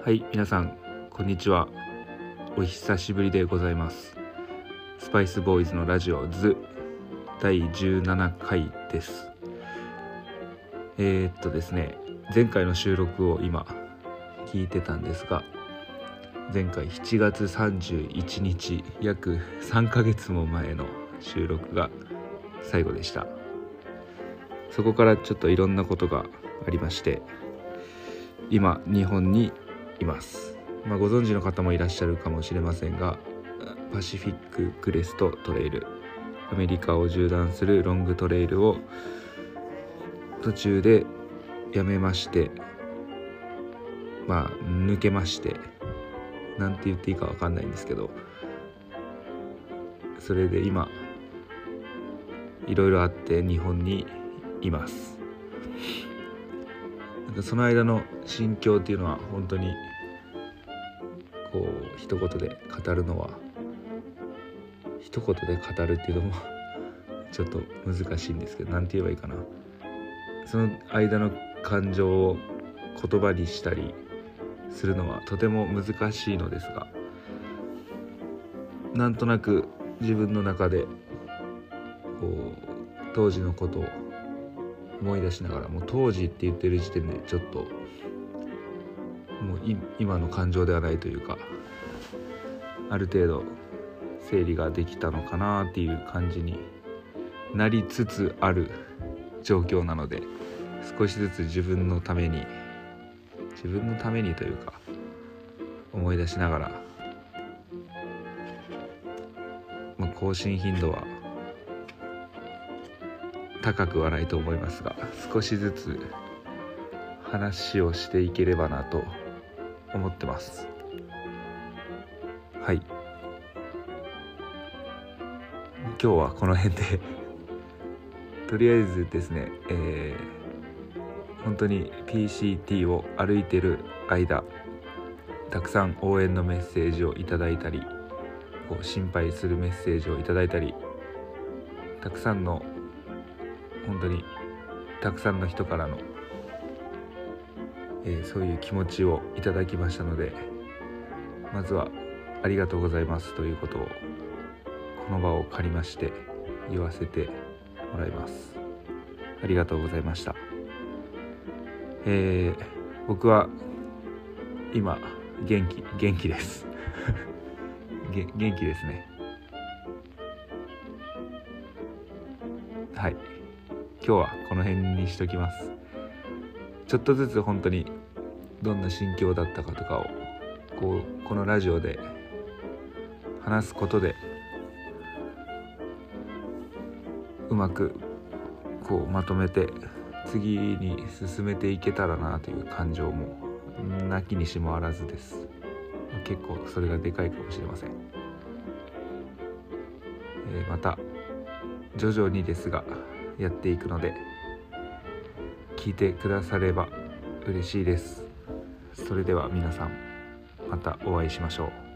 はい、皆さんこんにちは。お久しぶりでございます。スパイスボーイズのラジオズ第17回です。ですね、前回の収録を今聞いてたんですが、前回7月31日約3ヶ月も前の収録が最後でした。そこからちょっといろんなことがありまして、今日本にいます。ご存知の方もいらっしゃるかもしれませんが、パシフィッククレストトレイル、アメリカを縦断するロングトレイルを途中でやめまして、抜けまして、なんて言っていいか分かんないんですけど、それで今いろいろあって日本にいます。その間の心境っていうのは本当にこう一言で語るのは、一言で語るっていうのもちょっと難しいんですけど、なんて言えばいいかな。その間の感情を言葉にしたりするのはとても難しいのですが、なんとなく自分の中でこう当時のことを思い出しながら、もう当時って言ってる時点でちょっともう今の感情ではないというか、ある程度整理ができたのかなっていう感じになりつつある状況なので、少しずつ自分のためにというか思い出しながら、更新頻度は高くはないと思いますが、少しずつ話をしていければなと思ってます。はい、今日はこの辺でとりあえずですね、本当に PCT を歩いてる間、たくさん応援のメッセージをいただいたり、心配するメッセージをいただいたり、本当にたくさんの人からの、そういう気持ちをいただきましたので、まずはありがとうございますということをこの場を借りまして言わせてもらいます。ありがとうございました。僕は今元気です元気ですね。はい、今日はこの辺にしときます。ちょっとずつ本当にどんな心境だったかとかをこのラジオで話すことでうまくまとめて次に進めていけたらなという感情もなきにしもあらずです。結構それがでかいかもしれません。また徐々にですがやっていくので、聞いてくだされば嬉しいです。それでは皆さん、またお会いしましょう。